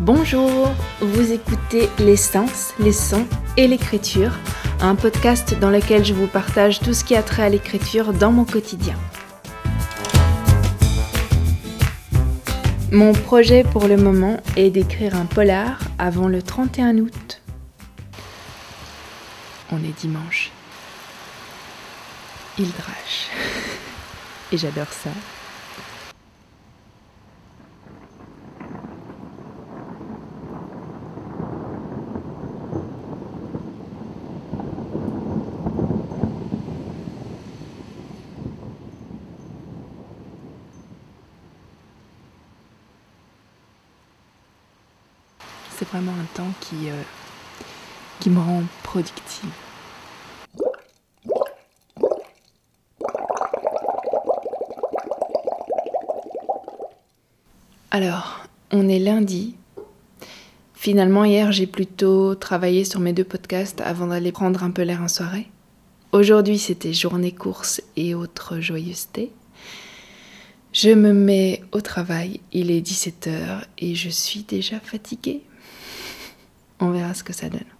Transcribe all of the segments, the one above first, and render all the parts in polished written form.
Bonjour, vous écoutez L'essence, les sons et l'écriture, un podcast dans lequel je vous partage tout ce qui a trait à l'écriture dans mon quotidien. Mon projet pour le moment est d'écrire un polar avant le 31 août. On est dimanche. Il drache. Et j'adore ça. C'est vraiment un temps qui me rend productive. Alors, on est lundi. Finalement, hier, j'ai plutôt travaillé sur mes 2 podcasts avant d'aller prendre un peu l'air en soirée. Aujourd'hui, c'était journée course et autres joyeusetés. Je me mets au travail, il est 17h et je suis déjà fatiguée. On verra ce que ça donne.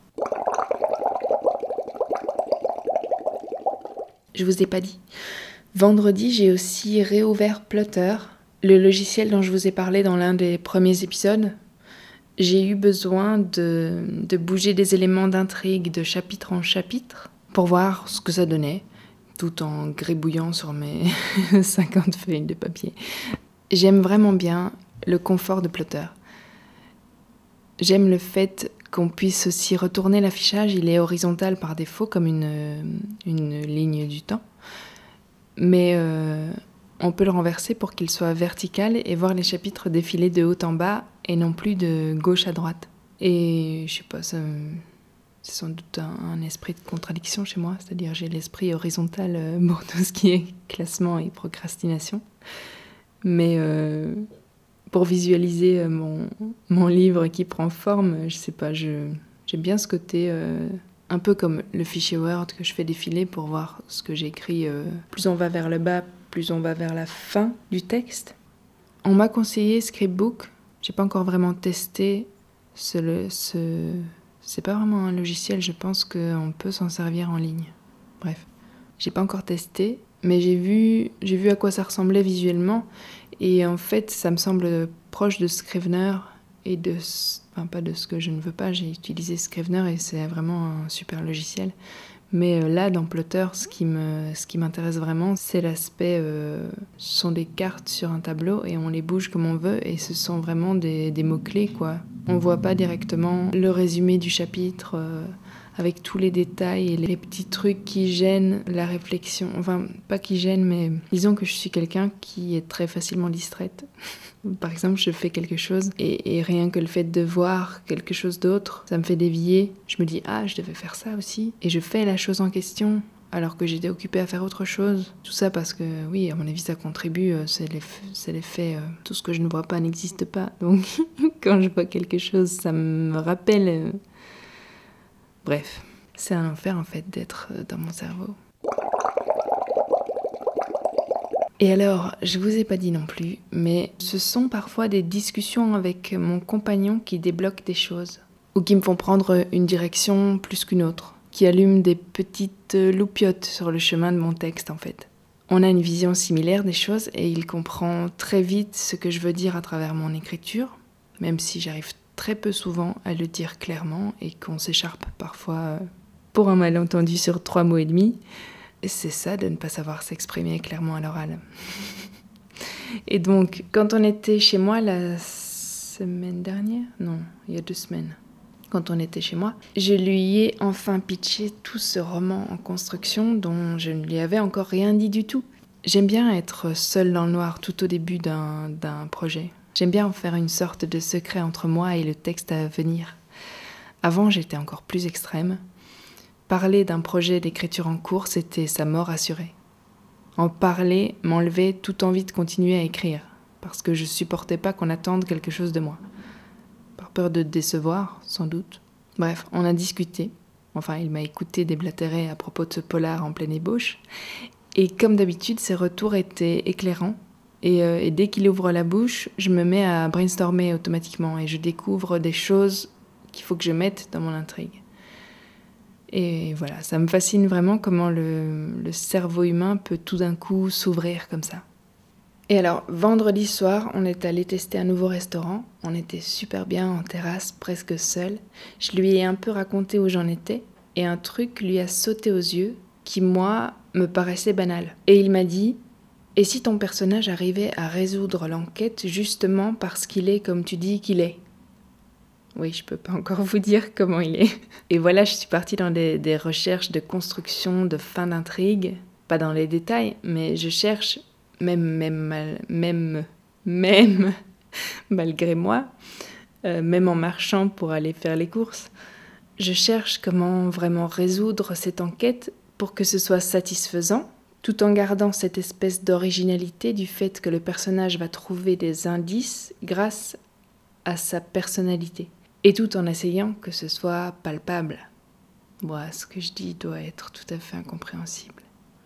Je vous ai pas dit. Vendredi, j'ai aussi réouvert Plotter, le logiciel dont je vous ai parlé dans l'un des premiers épisodes. J'ai eu besoin de bouger des éléments d'intrigue de chapitre en chapitre pour voir ce que ça donnait, tout en gribouillant sur mes 50 feuilles de papier. J'aime vraiment bien le confort de Plotter. J'aime le fait qu'on puisse aussi retourner l'affichage. Il est horizontal par défaut, comme une ligne du temps. Mais on peut le renverser pour qu'il soit vertical et voir les chapitres défiler de haut en bas et non plus de gauche à droite. Et je sais pas, c'est sans doute un esprit de contradiction chez moi. C'est-à-dire j'ai l'esprit horizontal pour tout ce qui est classement et procrastination. Mais pour visualiser mon livre qui prend forme, je sais pas, j'aime bien ce côté un peu comme le fichier Word que je fais défiler pour voir ce que j'ai écrit. Plus on va vers le bas, plus on va vers la fin du texte. On m'a conseillé Scriptbook. J'ai pas encore vraiment testé c'est pas vraiment un logiciel, je pense qu'on peut s'en servir en ligne. Bref, j'ai pas encore testé, mais j'ai vu à quoi ça ressemblait visuellement. Et en fait, ça me semble proche de Scrivener et pas de ce que je ne veux pas. J'ai utilisé Scrivener et c'est vraiment un super logiciel. Mais là, dans Plotter, ce qui m'intéresse vraiment, c'est l'aspect... ce sont des cartes sur un tableau et on les bouge comme on veut et ce sont vraiment des mots-clés, quoi. On voit pas directement le résumé du chapitre avec tous les détails et les petits trucs qui gênent la réflexion. Enfin, pas qui gênent, mais disons que je suis quelqu'un qui est très facilement distraite. Par exemple, je fais quelque chose et rien que le fait de voir quelque chose d'autre, ça me fait dévier. Je me dis, je devais faire ça aussi. Et je fais la chose en question alors que j'étais occupée à faire autre chose. Tout ça parce que, oui, à mon avis, ça contribue. C'est l'effet tout ce que je ne vois pas n'existe pas. Donc, quand je vois quelque chose, ça me rappelle... Bref, c'est un enfer en fait d'être dans mon cerveau. Et alors, je vous ai pas dit non plus, mais ce sont parfois des discussions avec mon compagnon qui débloquent des choses, ou qui me font prendre une direction plus qu'une autre, qui allument des petites loupiottes sur le chemin de mon texte en fait. On a une vision similaire des choses et il comprend très vite ce que je veux dire à travers mon écriture, même si j'arrive très peu souvent à le dire clairement et qu'on s'écharpe parfois pour un malentendu sur 3 mots et demi. C'est ça de ne pas savoir s'exprimer clairement à l'oral. Et donc, quand on était chez moi la semaine dernière, non, il y a 2 semaines, quand on était chez moi, je lui ai enfin pitché tout ce roman en construction dont je ne lui avais encore rien dit du tout. J'aime bien être seule dans le noir tout au début d'un projet. J'aime bien en faire une sorte de secret entre moi et le texte à venir. Avant, j'étais encore plus extrême. Parler d'un projet d'écriture en cours, c'était sa mort assurée. En parler m'enlevait toute envie de continuer à écrire, parce que je supportais pas qu'on attende quelque chose de moi. Par peur de décevoir, sans doute. Bref, on a discuté. Enfin, il m'a écouté déblatérer à propos de ce polar en pleine ébauche. Et comme d'habitude, ses retours étaient éclairants. Et dès qu'il ouvre la bouche, je me mets à brainstormer automatiquement et je découvre des choses qu'il faut que je mette dans mon intrigue. Et voilà, ça me fascine vraiment comment le cerveau humain peut tout d'un coup s'ouvrir comme ça. Et alors, vendredi soir, on est allé tester un nouveau restaurant. On était super bien en terrasse, presque seul. Je lui ai un peu raconté où j'en étais et un truc lui a sauté aux yeux qui, moi, me paraissait banal. Et il m'a dit « Et si ton personnage arrivait à résoudre l'enquête justement parce qu'il est comme tu dis qu'il est ?» Oui, je peux pas encore vous dire comment il est. Et voilà, je suis partie dans des recherches de construction, de fin d'intrigue. Pas dans les détails, mais je cherche, même malgré moi, même en marchant pour aller faire les courses, je cherche comment vraiment résoudre cette enquête pour que ce soit satisfaisant, tout en gardant cette espèce d'originalité du fait que le personnage va trouver des indices grâce à sa personnalité. Et tout en essayant que ce soit palpable. Ce que je dis doit être tout à fait incompréhensible.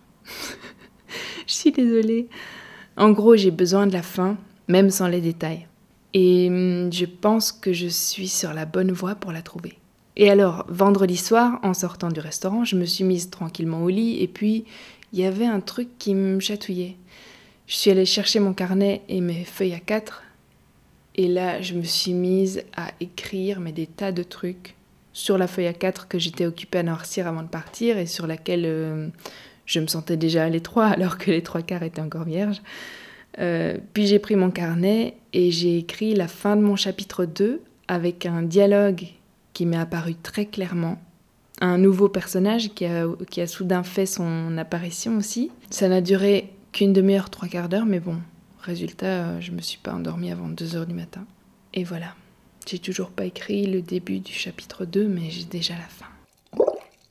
Je suis désolée. En gros, j'ai besoin de la fin, même sans les détails. Et je pense que je suis sur la bonne voie pour la trouver. Et alors, vendredi soir, en sortant du restaurant, je me suis mise tranquillement au lit et puis il y avait un truc qui me chatouillait. Je suis allée chercher mon carnet et mes feuilles A4. Et là, je me suis mise à écrire des tas de trucs sur la feuille A4 que j'étais occupée à noircir avant de partir et sur laquelle je me sentais déjà à l'étroit alors que les 3/4 étaient encore vierges. Puis j'ai pris mon carnet et j'ai écrit la fin de mon chapitre 2 avec un dialogue qui m'est apparu très clairement. Un nouveau personnage qui a soudain fait son apparition aussi. Ça n'a duré qu'une demi-heure, 3/4 d'heure, mais bon... Résultat, je me suis pas endormie avant 2h du matin. Et voilà, j'ai toujours pas écrit le début du chapitre 2, mais j'ai déjà la fin.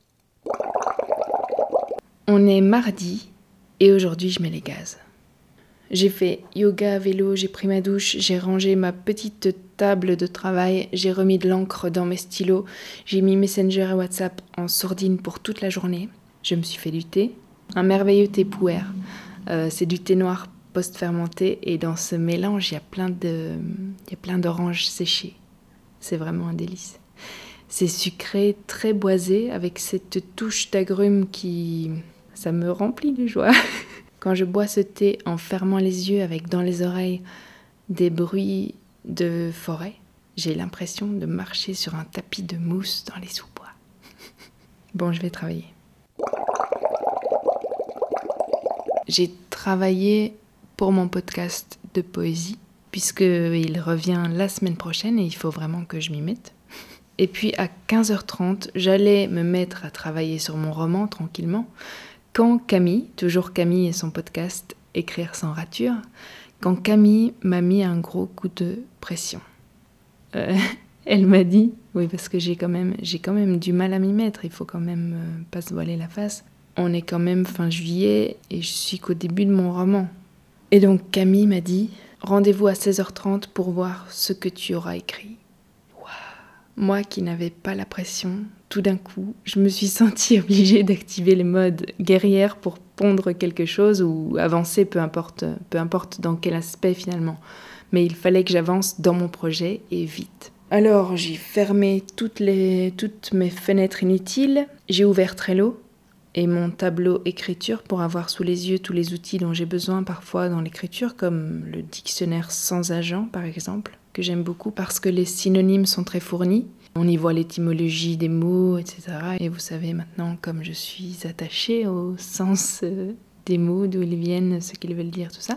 On est mardi, et aujourd'hui je mets les gaz. J'ai fait yoga, vélo, j'ai pris ma douche, j'ai rangé ma petite table de travail, j'ai remis de l'encre dans mes stylos, j'ai mis Messenger et WhatsApp en sourdine pour toute la journée. Je me suis fait du thé, un merveilleux thé Pu'er. C'est du thé noir post-fermenté et dans ce mélange, il y a plein d'oranges séchées. C'est vraiment un délice. C'est sucré, très boisé, avec cette touche d'agrumes ça me remplit de joie. Quand je bois ce thé en fermant les yeux avec dans les oreilles des bruits de forêt, j'ai l'impression de marcher sur un tapis de mousse dans les sous-bois. Bon, je vais travailler. J'ai travaillé pour mon podcast de poésie, puisqu'il revient la semaine prochaine et il faut vraiment que je m'y mette. Et puis à 15h30, j'allais me mettre à travailler sur mon roman tranquillement, quand Camille, toujours Camille et son podcast Écrire sans rature, quand Camille m'a mis un gros coup de pression. Elle m'a dit, oui parce que j'ai quand même du mal à m'y mettre, il faut quand même pas se voiler la face. On est quand même fin juillet et je suis qu'au début de mon roman. Et donc Camille m'a dit « Rendez-vous à 16h30 pour voir ce que tu auras écrit. » Moi qui n'avais pas la pression, tout d'un coup, je me suis sentie obligée d'activer le mode guerrière pour pondre quelque chose ou avancer, peu importe dans quel aspect finalement. Mais il fallait que j'avance dans mon projet et vite. Alors j'ai fermé toutes mes fenêtres inutiles, j'ai ouvert Trello et mon tableau écriture pour avoir sous les yeux tous les outils dont j'ai besoin parfois dans l'écriture, comme le dictionnaire sans agent par exemple, que j'aime beaucoup parce que les synonymes sont très fournis. On y voit l'étymologie des mots, etc. Et vous savez maintenant, comme je suis attachée au sens des mots, d'où ils viennent, ce qu'ils veulent dire, tout ça.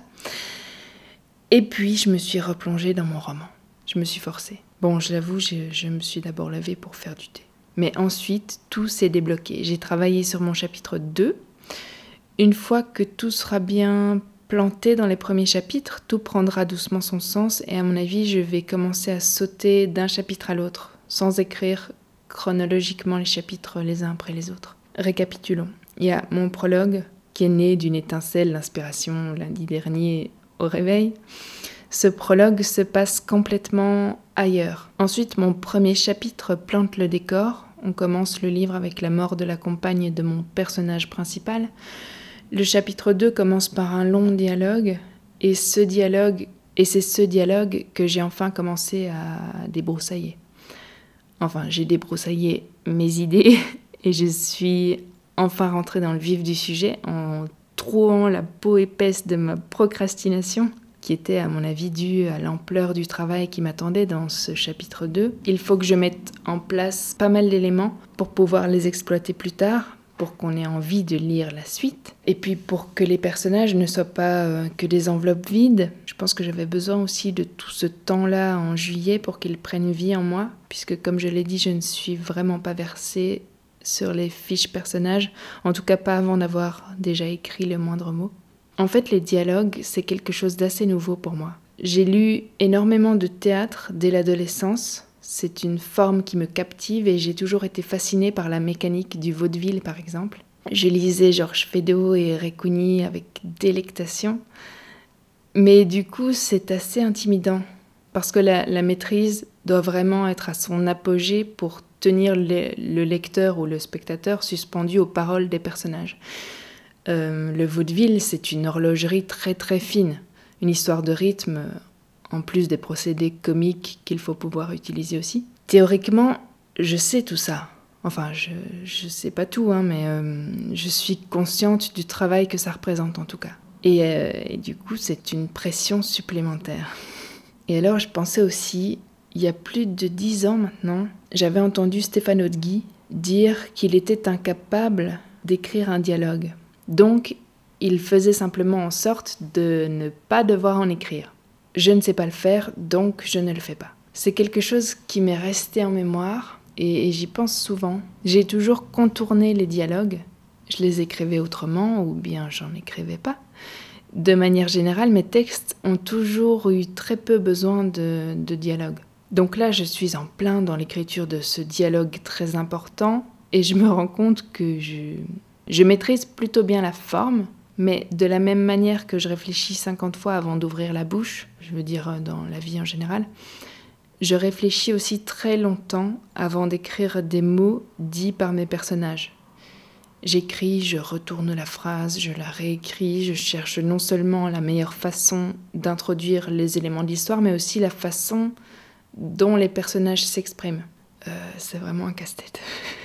Et puis je me suis replongée dans mon roman. Je me suis forcée. Bon, je l'avoue, je me suis d'abord levée pour faire du thé. Mais ensuite, tout s'est débloqué. J'ai travaillé sur mon chapitre 2. Une fois que tout sera bien planté dans les premiers chapitres, tout prendra doucement son sens et à mon avis, je vais commencer à sauter d'un chapitre à l'autre, sans écrire chronologiquement les chapitres les uns après les autres. Récapitulons. Il y a mon prologue, qui est né d'une étincelle d'inspiration lundi dernier au réveil. Ce prologue se passe complètement ailleurs. Ensuite, mon premier chapitre plante le décor. On commence le livre avec la mort de la compagne de mon personnage principal. Le chapitre 2 commence par un long dialogue Et c'est ce dialogue que j'ai enfin commencé à débroussailler. Enfin, j'ai débroussaillé mes idées et je suis enfin rentrée dans le vif du sujet en trouant la peau épaisse de ma procrastination, qui était à mon avis due à l'ampleur du travail qui m'attendait dans ce chapitre 2. Il faut que je mette en place pas mal d'éléments pour pouvoir les exploiter plus tard, pour qu'on ait envie de lire la suite, et puis pour que les personnages ne soient pas que des enveloppes vides. Je pense que j'avais besoin aussi de tout ce temps-là en juillet pour qu'ils prennent vie en moi, puisque comme je l'ai dit, je ne suis vraiment pas versée sur les fiches personnages, en tout cas pas avant d'avoir déjà écrit le moindre mot. En fait, les dialogues, c'est quelque chose d'assez nouveau pour moi. J'ai lu énormément de théâtre dès l'adolescence. C'est une forme qui me captive et j'ai toujours été fascinée par la mécanique du vaudeville, par exemple. Je lisais Georges Feydeau et Récougny avec délectation. Mais du coup, c'est assez intimidant parce que la maîtrise doit vraiment être à son apogée pour tenir le lecteur ou le spectateur suspendu aux paroles des personnages. Le vaudeville, c'est une horlogerie très très fine, une histoire de rythme, en plus des procédés comiques qu'il faut pouvoir utiliser aussi. Théoriquement, je sais tout ça. Enfin, je sais pas tout, mais je suis consciente du travail que ça représente en tout cas. Et du coup, c'est une pression supplémentaire. Et alors, je pensais aussi, il y a plus de 10 ans maintenant, j'avais entendu Stéphane Hautguy dire qu'il était incapable d'écrire un dialogue. Donc, il faisait simplement en sorte de ne pas devoir en écrire. Je ne sais pas le faire, donc je ne le fais pas. C'est quelque chose qui m'est resté en mémoire et j'y pense souvent. J'ai toujours contourné les dialogues. Je les écrivais autrement ou bien j'en écrivais pas. De manière générale, mes textes ont toujours eu très peu besoin de dialogue. Donc là, je suis en plein dans l'écriture de ce dialogue très important et je me rends compte que je maîtrise plutôt bien la forme, mais de la même manière que je réfléchis 50 fois avant d'ouvrir la bouche, je veux dire dans la vie en général, je réfléchis aussi très longtemps avant d'écrire des mots dits par mes personnages. J'écris, je retourne la phrase, je la réécris, je cherche non seulement la meilleure façon d'introduire les éléments de l'histoire, mais aussi la façon dont les personnages s'expriment. C'est vraiment un casse-tête.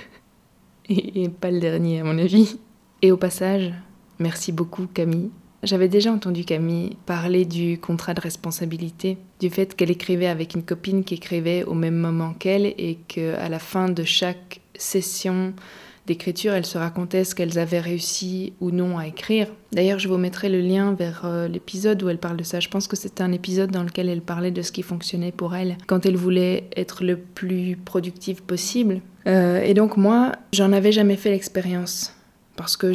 Et pas le dernier à mon avis. Et au passage, merci beaucoup Camille. J'avais déjà entendu Camille parler du contrat de responsabilité, du fait qu'elle écrivait avec une copine qui écrivait au même moment qu'elle et qu'à la fin de chaque session d'écriture, elles se racontaient ce qu'elles avaient réussi ou non à écrire. D'ailleurs, je vous mettrai le lien vers l'épisode où elle parle de ça. Je pense que c'était un épisode dans lequel elle parlait de ce qui fonctionnait pour elle quand elle voulait être le plus productive possible. Et donc moi, j'en avais jamais fait l'expérience parce que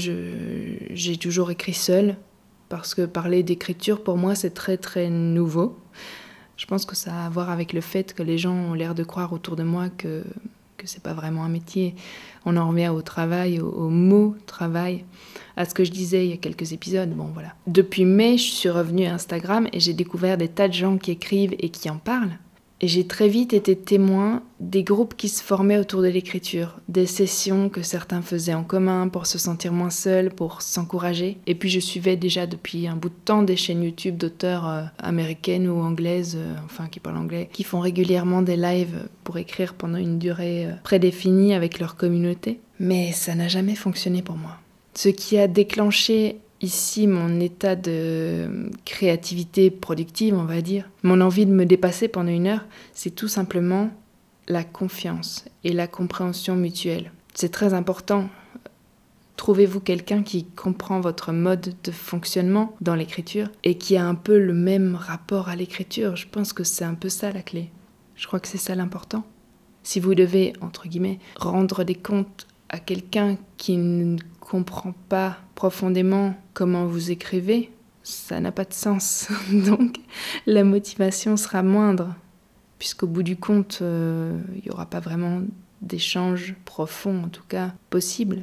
j'ai toujours écrit seule, parce que parler d'écriture, pour moi, c'est très très nouveau. Je pense que ça a à voir avec le fait que les gens ont l'air de croire autour de moi que c'est pas vraiment un métier. On en revient au travail, au mot travail, à ce que je disais il y a quelques épisodes. Bon, voilà. Depuis mai, je suis revenue à Instagram et j'ai découvert des tas de gens qui écrivent et qui en parlent. Et j'ai très vite été témoin des groupes qui se formaient autour de l'écriture, des sessions que certains faisaient en commun pour se sentir moins seuls, pour s'encourager. Et puis je suivais déjà depuis un bout de temps des chaînes YouTube d'auteurs américaines ou anglaises, qui parlent anglais, qui font régulièrement des lives pour écrire pendant une durée prédéfinie avec leur communauté. Mais ça n'a jamais fonctionné pour moi. Ce qui a déclenché ici mon état de créativité productive, on va dire, mon envie de me dépasser pendant 1 heure, c'est tout simplement la confiance et la compréhension mutuelle. C'est très important. Trouvez-vous quelqu'un qui comprend votre mode de fonctionnement dans l'écriture et qui a un peu le même rapport à l'écriture. Je pense que c'est un peu ça la clé. Je crois que c'est ça l'important. Si vous devez, entre guillemets, rendre des comptes à quelqu'un qui ne comprend pas profondément comment vous écrivez, ça n'a pas de sens. Donc la motivation sera moindre, puisqu'au bout du compte, il n'y aura pas vraiment d'échange profond, en tout cas, possible.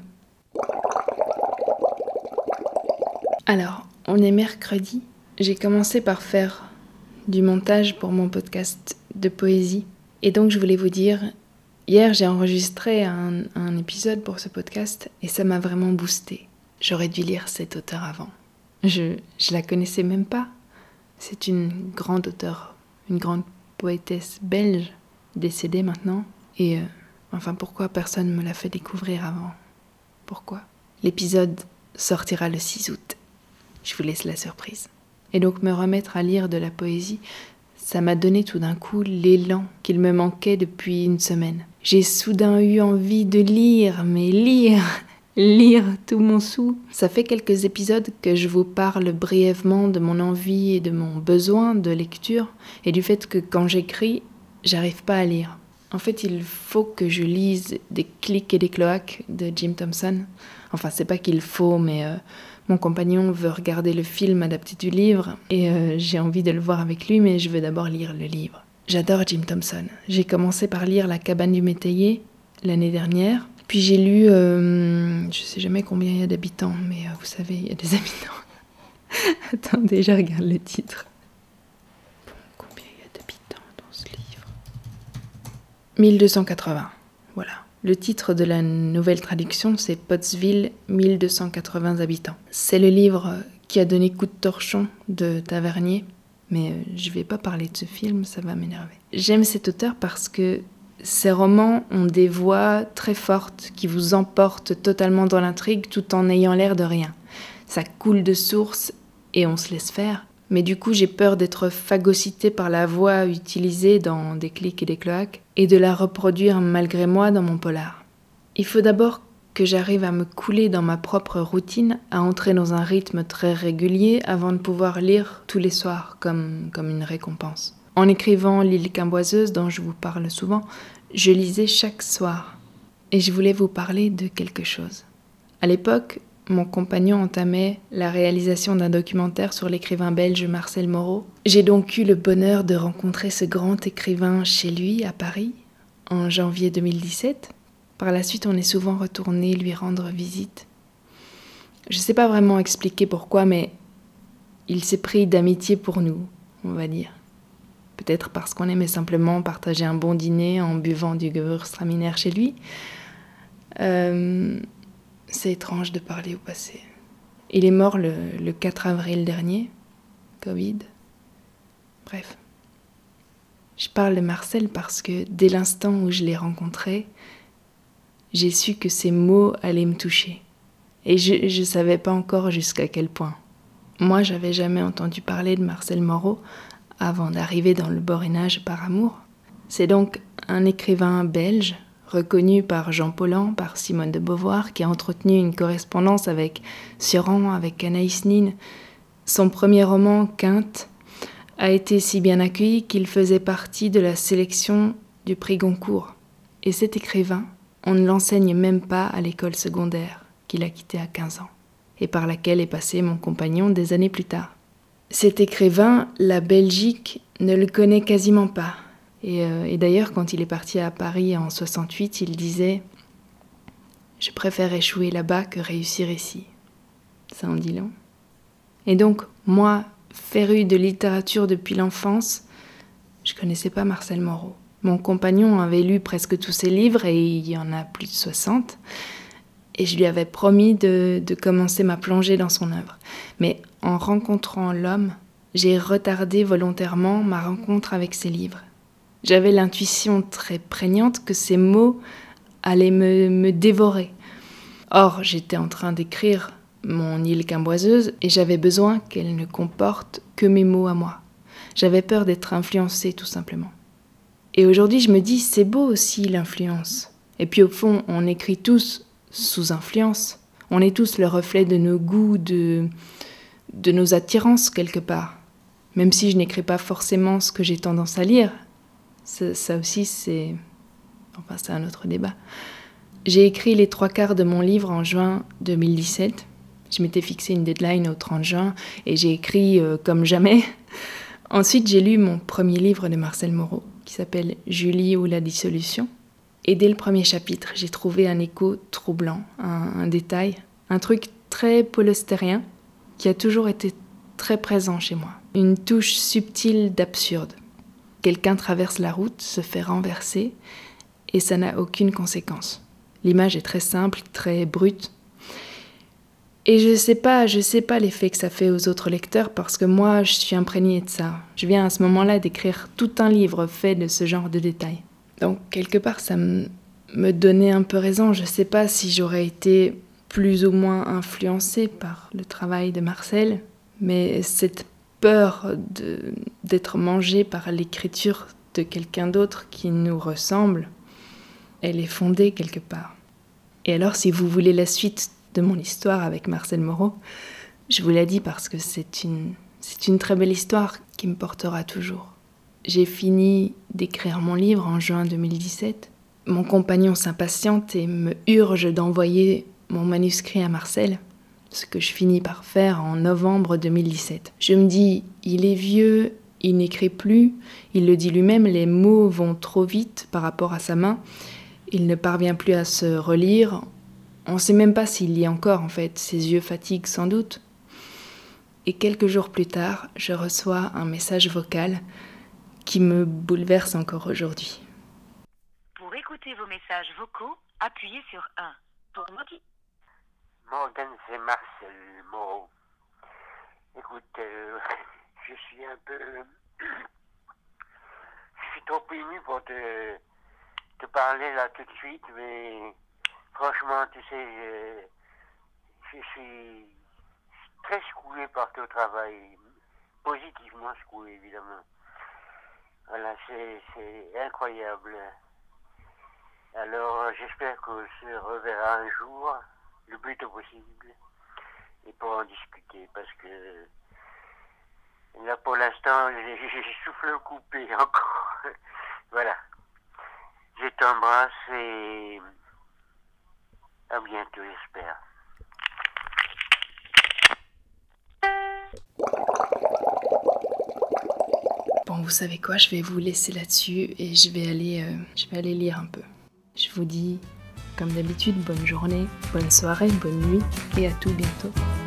Alors, on est mercredi. J'ai commencé par faire du montage pour mon podcast de poésie. Et donc je voulais vous dire, hier j'ai enregistré un épisode pour ce podcast et ça m'a vraiment boostée. J'aurais dû lire cet auteur avant. Je la connaissais même pas. C'est une grande auteure, une grande poétesse belge, décédée maintenant. Et pourquoi personne ne me l'a fait découvrir avant? Pourquoi? L'épisode sortira le 6 août. Je vous laisse la surprise. Et donc me remettre à lire de la poésie, ça m'a donné tout d'un coup l'élan qu'il me manquait depuis une semaine. J'ai soudain eu envie de lire, mais lire tout mon sou. Ça fait quelques épisodes que je vous parle brièvement de mon envie et de mon besoin de lecture et du fait que quand j'écris, j'arrive pas à lire. En fait, il faut que je lise Des clics et des cloaques de Jim Thompson. Enfin, c'est pas qu'il faut, mais mon compagnon veut regarder le film adapté du livre et j'ai envie de le voir avec lui, mais je veux d'abord lire le livre. J'adore Jim Thompson. J'ai commencé par lire La cabane du métayer l'année dernière. Puis j'ai lu, je sais jamais combien il y a d'habitants, mais vous savez, il y a des habitants. Attendez, je regarde le titre. Bon, combien il y a d'habitants dans ce livre? 1280, voilà. Le titre de la nouvelle traduction, c'est Pottsville, 1280 habitants. C'est le livre qui a donné coup de torchon de Tavernier, mais je vais pas parler de ce film, ça va m'énerver. J'aime cet auteur parce que ces romans ont des voix très fortes qui vous emportent totalement dans l'intrigue tout en ayant l'air de rien. Ça coule de source et on se laisse faire. Mais du coup, j'ai peur d'être phagocytée par la voix utilisée dans Des clics et des cloaques et de la reproduire malgré moi dans mon polar. Il faut d'abord que j'arrive à me couler dans ma propre routine, à entrer dans un rythme très régulier avant de pouvoir lire tous les soirs comme une récompense. En écrivant L'île Quimboiseuse, dont je vous parle souvent, je lisais chaque soir. Et je voulais vous parler de quelque chose. À l'époque, mon compagnon entamait la réalisation d'un documentaire sur l'écrivain belge Marcel Moreau. J'ai donc eu le bonheur de rencontrer ce grand écrivain chez lui, à Paris, en janvier 2017. Par la suite, on est souvent retourné lui rendre visite. Je ne sais pas vraiment expliquer pourquoi, mais il s'est pris d'amitié pour nous, on va dire. Peut-être parce qu'on aimait simplement partager un bon dîner en buvant du Gewürztraminer chez lui. C'est étrange de parler au passé. Il est mort le 4 avril dernier. Covid. Bref. Je parle de Marcel parce que dès l'instant où je l'ai rencontré, j'ai su que ces mots allaient me toucher. Et je ne savais pas encore jusqu'à quel point. Moi, j'avais jamais entendu parler de Marcel Moreau avant d'arriver dans le borinage par amour. C'est donc un écrivain belge, reconnu par Jean Paulhan, par Simone de Beauvoir, qui a entretenu une correspondance avec Sioran, avec Anaïs Nin. Son premier roman, Quinte, a été si bien accueilli qu'il faisait partie de la sélection du prix Goncourt. Et cet écrivain, on ne l'enseigne même pas à l'école secondaire, qu'il a quittée à 15 ans, et par laquelle est passé mon compagnon des années plus tard. Cet écrivain, la Belgique ne le connaît quasiment pas. Et d'ailleurs, quand il est parti à Paris en 68, il disait « Je préfère échouer là-bas que réussir ici ». Ça en dit long. Et donc, moi, férue de littérature depuis l'enfance, je connaissais pas Marcel Moreau. Mon compagnon avait lu presque tous ses livres, et il y en a plus de 60, et je lui avais promis de commencer ma plongée dans son œuvre. Mais en rencontrant l'homme, j'ai retardé volontairement ma rencontre avec ses livres. J'avais l'intuition très prégnante que ces mots allaient me dévorer. Or, j'étais en train d'écrire mon île quimboiseuse et j'avais besoin qu'elle ne comporte que mes mots à moi. J'avais peur d'être influencée, tout simplement. Et aujourd'hui, je me dis, c'est beau aussi l'influence. Et puis au fond, on écrit tous sous influence. On est tous le reflet de nos goûts, de nos attirances quelque part. Même si je n'écris pas forcément ce que j'ai tendance à lire. Ça aussi, c'est un autre débat. J'ai écrit les 3/4 de mon livre en juin 2017. Je m'étais fixé une deadline au 30 juin et j'ai écrit comme jamais. Ensuite, j'ai lu mon premier livre de Marcel Moreau, qui s'appelle Julie ou la dissolution. Et dès le premier chapitre, j'ai trouvé un écho troublant, un détail, un truc très paulostérien qui a toujours été très présent chez moi. Une touche subtile d'absurde. Quelqu'un traverse la route, se fait renverser, et ça n'a aucune conséquence. L'image est très simple, très brute. Et je sais pas l'effet que ça fait aux autres lecteurs parce que moi, je suis imprégnée de ça. Je viens à ce moment-là d'écrire tout un livre fait de ce genre de détails. Donc, quelque part, ça me donnait un peu raison. Je sais pas si j'aurais été plus ou moins influencée par le travail de Marcel, mais cette peur d'être mangée par l'écriture de quelqu'un d'autre qui nous ressemble, elle est fondée quelque part. Et alors, si vous voulez la suite de mon histoire avec Marcel Moreau, je vous l'ai dit parce que c'est une très belle histoire qui me portera toujours. J'ai fini d'écrire mon livre en juin 2017. Mon compagnon s'impatiente et me urge d'envoyer mon manuscrit à Marcel, ce que je finis par faire en novembre 2017. Je me dis, il est vieux, il n'écrit plus, il le dit lui-même, les mots vont trop vite par rapport à sa main, il ne parvient plus à se relire. On ne sait même pas s'il lit encore, en fait. Ses yeux fatiguent sans doute. Et quelques jours plus tard, je reçois un message vocal qui me bouleverse encore aujourd'hui. Pour écouter vos messages vocaux, appuyez sur 1. Pour modifier... Morgan, c'est Marcel Moreau. Écoute, je suis un peu... je suis trop ému pour te parler là tout de suite, mais... Franchement, tu sais, je suis très secoué par ton travail, positivement secoué, évidemment. Voilà, c'est incroyable. Alors, j'espère qu'on se reverra un jour, le plus tôt possible, et pour en discuter, parce que là, pour l'instant, j'ai souffle coupé encore. Voilà. Je t'embrasse et... à bientôt, j'espère. Bon, vous savez quoi, je vais vous laisser là-dessus et je vais aller lire un peu. Je vous dis, comme d'habitude, bonne journée, bonne soirée, bonne nuit et à tout bientôt.